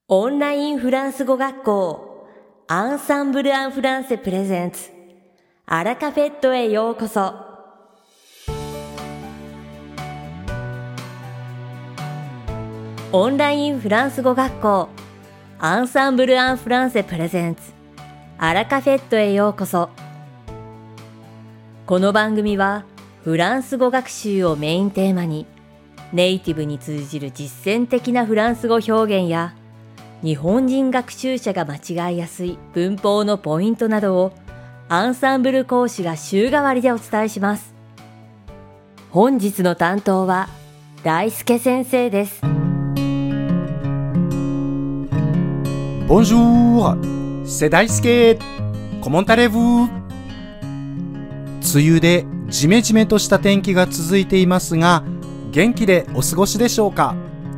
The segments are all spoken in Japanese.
オンラインフランス語学校アンサンブル・アン・フランセプレゼンツアラカフェットへようこそ。オンラインフランス語学校アンサンブル・アン・フランセプレゼンツアラカフェットへようこそ。この番組はフランス語学習をメインテーマにネイティブに通じる実践的なフランス語表現や日本人学習者が間違いやすい文法のポイントなどをアンサンブル講師が週替わりでお伝えします。本日の担当は大輔先生です。 Bonjour, c'est Daisuke. Comment allez-vous? 梅雨でジメジメとした天気が続いていますが、元気でお過ごしでしょうか？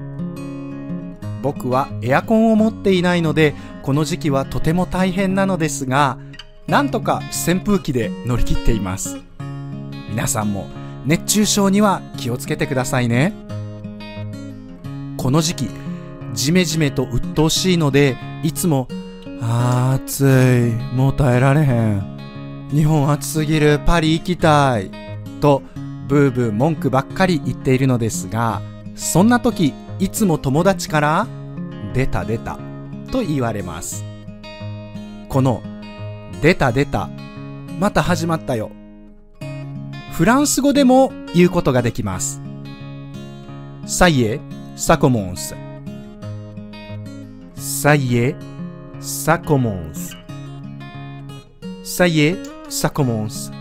僕はエアコンを持っていないので、この時期はとても大変なのですが、なんとか扇風機で乗り切っています。皆さんも熱中症には気をつけてくださいね。この時期、ジメジメと鬱陶しいので、いつも暑い、もう耐えられへん、日本暑すぎる、パリ行きたいとブーブー文句ばっかり言っているのですが、そんな時いつも友達から出た出たと言われます。この出た出た、また始まったよ、フランス語でも言うことができます。Ça y est, ça commence. Ça y est, ça commence. Ça y est, ça commence.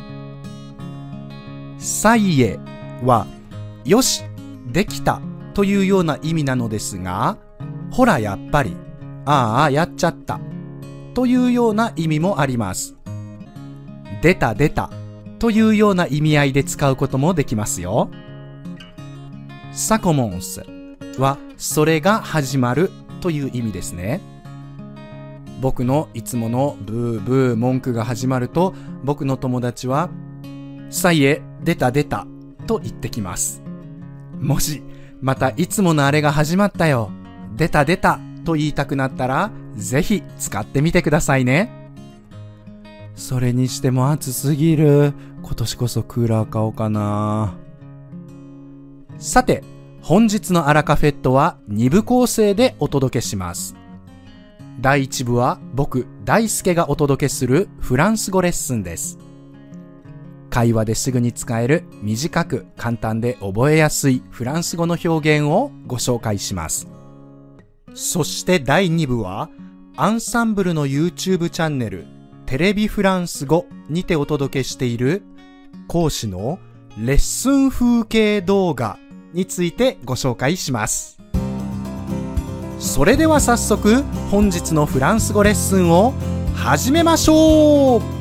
Ça y est はよし、できたというような意味なのですが、ほらやっぱり、ああやっちゃったというような意味もあります。出た出たというような意味合いで使うこともできますよ。Ça commence はそれが始まるという意味ですね。僕のいつものブーブー文句が始まると、僕の友達はÇa y est、出た出たと言ってきます。もしまたいつものあれが始まったよ、出た出たと言いたくなったら、ぜひ使ってみてくださいね。それにしても暑すぎる。今年こそクーラー買おうかな。さて、本日のアラカフェットは2部構成でお届けします。第1部は僕大輔がお届けするフランス語レッスンです。会話ですぐに使える短く簡単で覚えやすいフランス語の表現をご紹介します。そして第2部はアンサンブルの YouTube チャンネルテレビフランス語にてお届けしている講師のレッスン風景動画についてご紹介します。それでは早速本日のフランス語レッスンを始めましょう。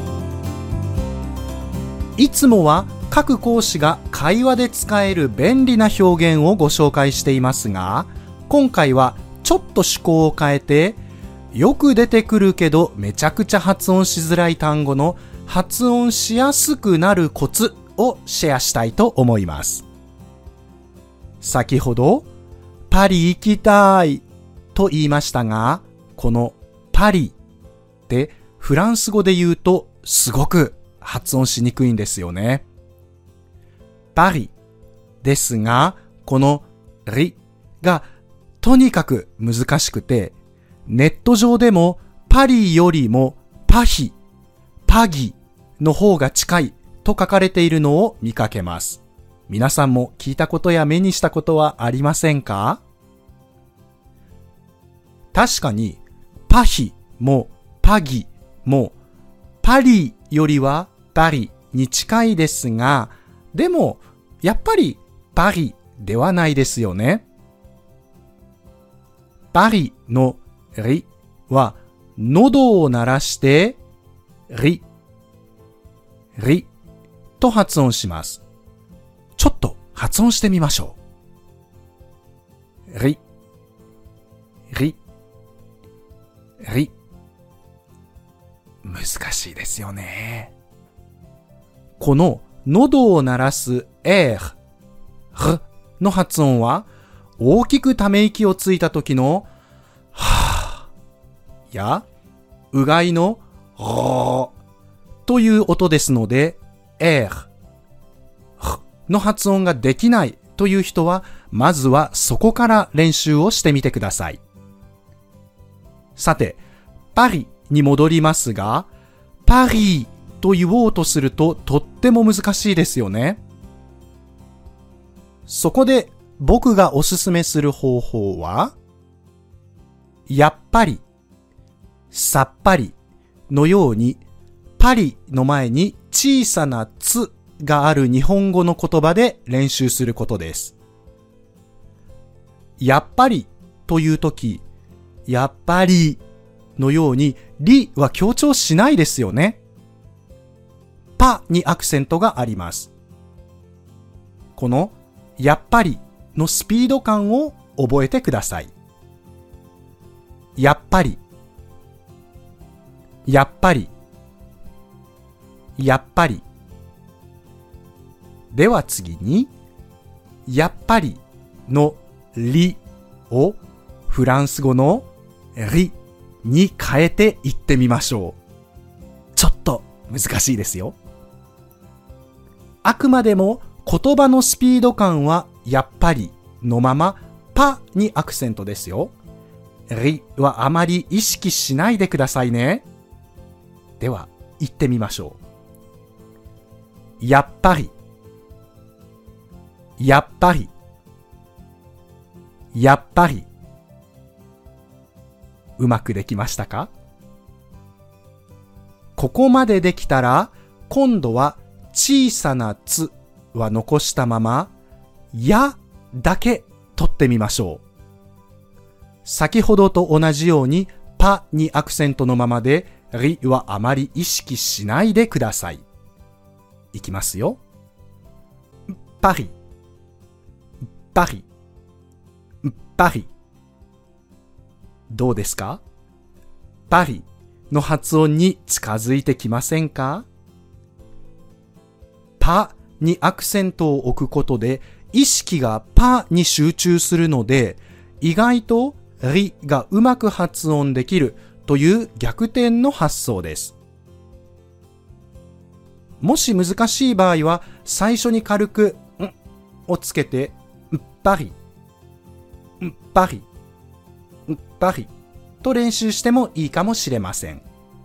いつもは各講師が会話で使える便利な表現をご紹介していますが、今回はちょっと趣向を変えて、よく出てくるけどめちゃくちゃ発音しづらい単語の発音しやすくなるコツをシェアしたいと思います。先ほどパリ行きたいと言いましたが、このパリってフランス語で言うとすごく発音しにくいんですよね。パリですが、このリがとにかく難しくて、ネット上でもパリよりもパヒ、パギの方が近いと書かれているのを見かけます。皆さんも聞いたことや目にしたことはありませんか？確かにパヒもパギもパリよりはパリに近いですが、でもやっぱりパリではないですよね。パリのリは喉を鳴らしてリ、リと発音します。ちょっと発音してみましょう。リ、リ、リ。難しいですよね。この喉を鳴らす R の発音は、大きくため息をついた時のはや、うがいのろという音ですので、の発音ができないという人は、まずはそこから練習をしてみてください。さて、パリに戻りますが、パリと言おうとするととっても難しいですよね。そこで僕がおすすめする方法は、やっぱり、さっぱりのように、パリの前に小さなつがある日本語の言葉で練習することです。やっぱりというとき、やっぱりのようにりは強調しないですよね。パにアクセントがあります。このやっぱりのスピード感を覚えてください。やっぱり、やっぱり、やっぱり。では次に、やっぱりのりをフランス語のりに変えて言ってみましょう。ちょっと難しいですよ。あくまでも言葉のスピード感はやっぱりのままパにアクセントですよ。りはあまり意識しないでくださいね。では言ってみましょう。やっぱり、やっぱり、やっぱり。うまくできましたか？ここまでできたら、今度は小さなつは残したまま、やだけ取ってみましょう。先ほどと同じように、パにアクセントのままで、りはあまり意識しないでください。いきますよ。パリ、パリ、パリ。どうですか？パリの発音に近づいてきませんか？パにアクセントを置くことで意識がパに集中するので、意外とリがうまく発音できるという逆転の発想です。もし難しい場合は最初に軽くんをつけてパリ、パリ、パリと練習してもいいかもしれません。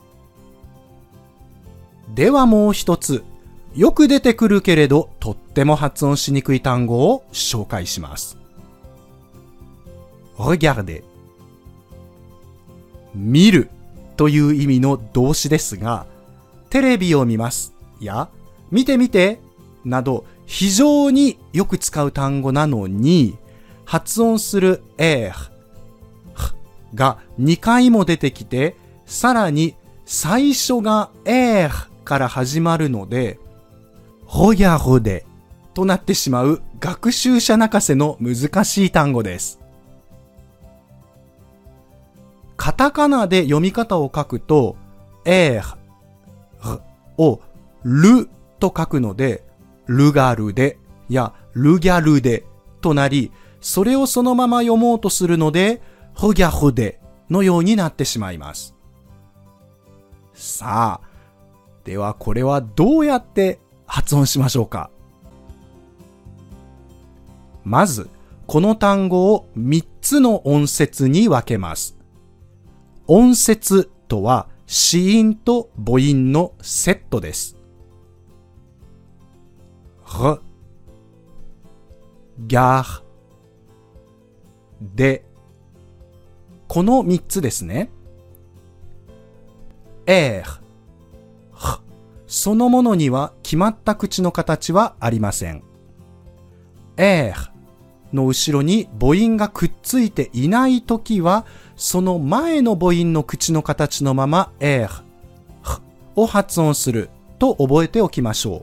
ではもう一つ、よく出てくるけれどとっても発音しにくい単語を紹介します。Regardez。見るという意味の動詞ですが、テレビを見ますや見て見てなど非常によく使う単語なのに、発音するが2回も出てきて、さらに最初がから始まるので、Regardezとなってしまう学習者泣かせの難しい単語です。カタカナで読み方を書くと、をルと書くので、ルガルデやルギャルデとなり、それをそのまま読もうとするので、ホギャホデのようになってしまいます。さあ、ではこれはどうやって発音しましょうか？まず、この単語を3つの音節に分けます。音節とは、子音と母音のセットです。r、gar、で、この3つですね。そのものには決まった口の形はありません。の後ろに母音がくっついていないときは、その前の母音の口の形のままを発音すると覚えておきましょう。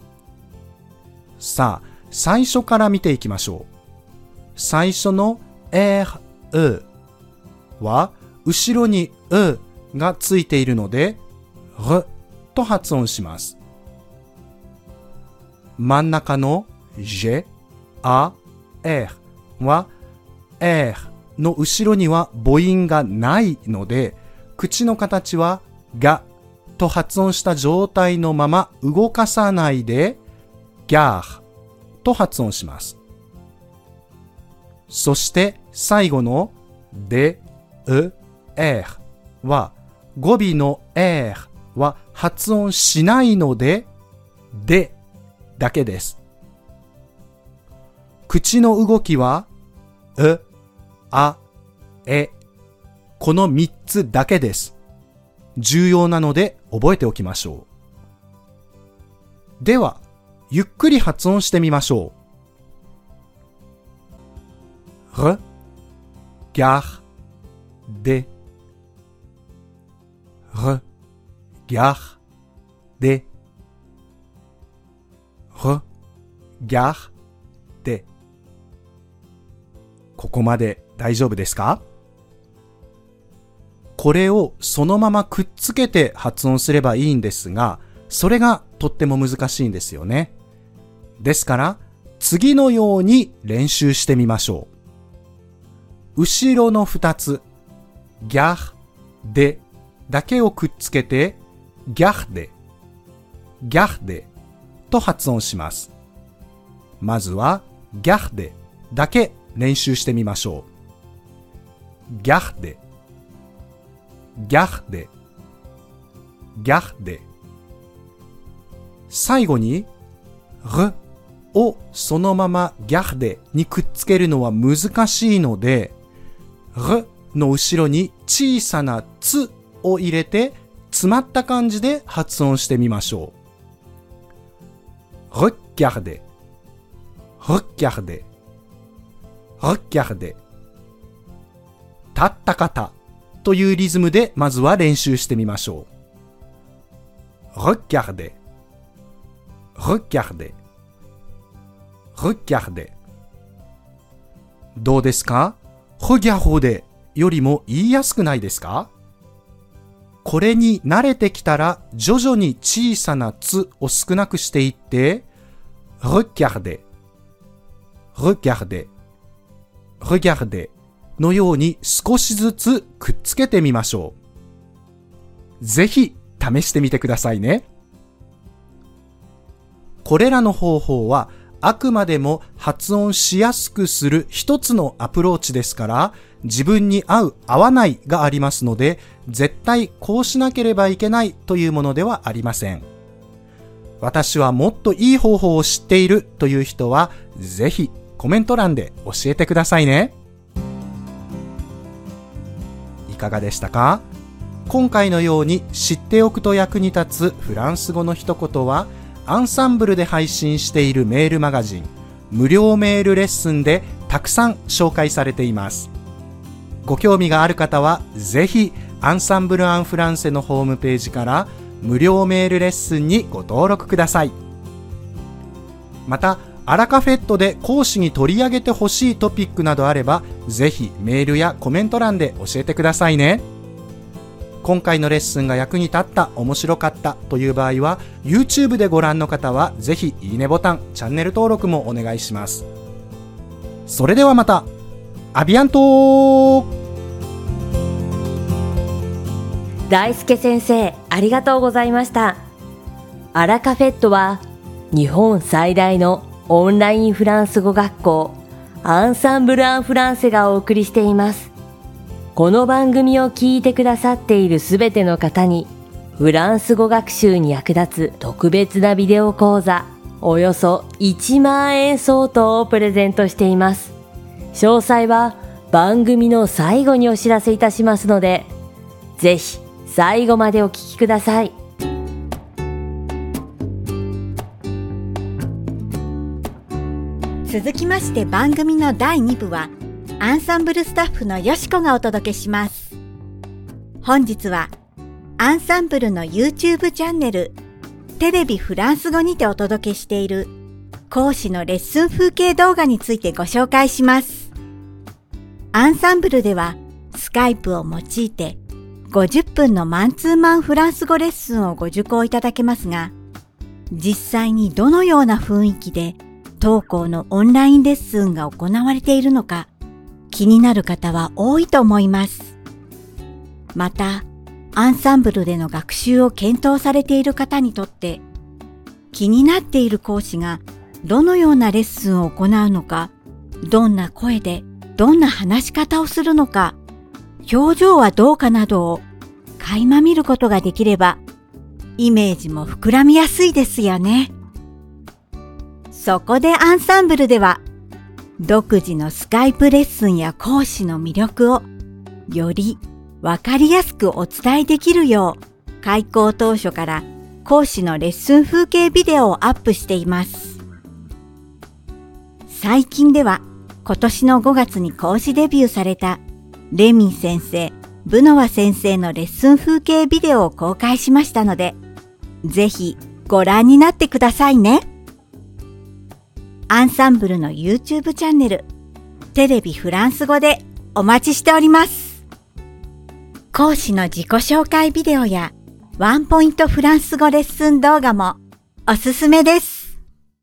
さあ、最初から見ていきましょう。最初のは後ろにがついているのでと発音します。真ん中のJ、A、R はの後ろには母音がないので、 口の形はがと発音した状態のまま動かさないでギャーと発音します。そして最後ので、は語尾のは発音しないのででだけです。口の動きはこの3つだけです。重要なので覚えておきましょう。では、ゆっくり発音してみましょう。regarder, regarder, regarder。ここまで大丈夫ですか？これをそのままくっつけて発音すればいいんですが、それがとっても難しいんですよね。ですから、次のように練習してみましょう。後ろの2つ、ギャーでだけをくっつけて、ギャーでと発音します。まずは、ギャーでだけ練習してみましょう。ギャーで最後にるをそのままギャーデにくっつけるのは難しいので、るの後ろに小さなつを入れて詰まった感じで発音してみましょう。regarder、立った方というリズムでまずは練習してみましょう。regarder。どうですか？regarderよりも言いやすくないですか？これに慣れてきたら徐々に小さなつを少なくしていってregarderのように少しずつくっつけてみましょう。ぜひ試してみてくださいね。これらの方法はあくまでも発音しやすくする一つのアプローチですから、自分に合う合わないがありますので、絶対こうしなければいけないというものではありません。私はもっといい方法を知っているという人は、ぜひコメント欄で教えてくださいね。いかがでしたか？今回のように知っておくと役に立つフランス語の一言は、アンサンブルで配信しているメールマガジン、無料メールレッスンでたくさん紹介されています。ご興味がある方は、ぜひアンサンブル・アン・フランセのホームページから無料メールレッスンにご登録ください。また、アラカフェットで講師に取り上げてほしいトピックなどあれば、ぜひメールやコメント欄で教えてくださいね。今回のレッスンが役に立った、面白かったという場合は、YouTube でご覧の方はぜひいいねボタン、チャンネル登録もお願いします。それではまた、アビアント。 大輔先生、ありがとうございました。アラカフェットは日本最大のオンラインフランス語学校アンサンブル・アン・フランセがお送りしています。この番組を聞いてくださっているすべての方にフランス語学習に役立つ特別なビデオ講座およそ1万円相当をプレゼントしています。詳細は番組の最後にお知らせいたしますので、ぜひ最後までお聞きください。 続きまして番組の第2部はアンサンブルスタッフのよしこがお届けします。本日はアンサンブルの YouTube チャンネルテレビフランス語にてお届けしている講師のレッスン風景動画についてご紹介します。アンサンブルではスカイプを用いて50分のマンツーマンフランス語レッスンをご受講いただけますが、実際にどのような雰囲気で当校のオンラインレッスンが行われているのか気になる方は多いと思います。また、 アンサンブルでの学習を検討されている方にとって、気になっている講師がどのようなレッスンを行うのか、どんな声でどんな話し方をするのか、表情はどうかなどを垣間見ることができれば、イメージも膨らみやすいですよね。そこでアンサンブルでは、独自のスカイプレッスンや講師の魅力をよりわかりやすくお伝えできるよう、開講当初から講師のレッスン風景ビデオをアップしています。最近では今年の5月に講師デビューされたレミン先生、ブノワ先生のレッスン風景ビデオを公開しましたので、ぜひご覧になってくださいね。アンサンブルの YouTube チャンネル、テレビフランス語でお待ちしております。講師の自己紹介ビデオやワンポイントフランス語レッスン動画もおすすめです。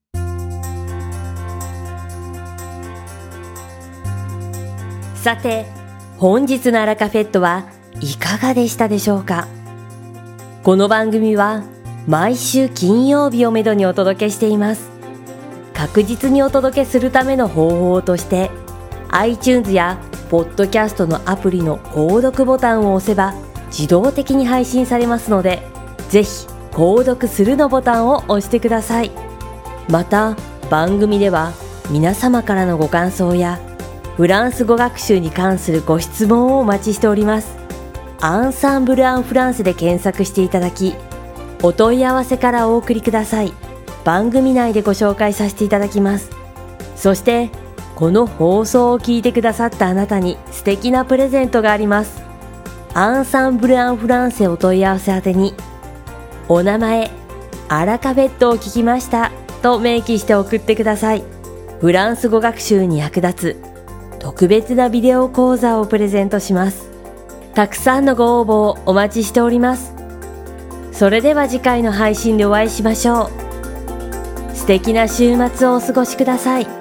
さて、本日のアラカフェットはいかがでしたでしょうか。この番組は毎週金曜日をめどにお届けしています。確実にお届けするための方法として iTunes やポッドキャストのアプリの購読ボタンを押せば自動的に配信されますので、ぜひ購読するのボタンを押してください。また番組では皆様からのご感想やフランス語学習に関するご質問をお待ちしております。アンサンブル・アン・フランスで検索していただき、お問い合わせからお送りください。番組内でご紹介させていただきます。そしてこの放送を聞いてくださったあなたに素敵なプレゼントがあります。アンサンブル・アン・フランスへお問い合わせ宛てに、お名前、アラカフェットを聞きましたと明記して送ってください。フランス語学習に役立つ特別なビデオ講座をプレゼントします。たくさんのご応募をお待ちしております。それでは次回の配信でお会いしましょう。素敵な週末をお過ごしください。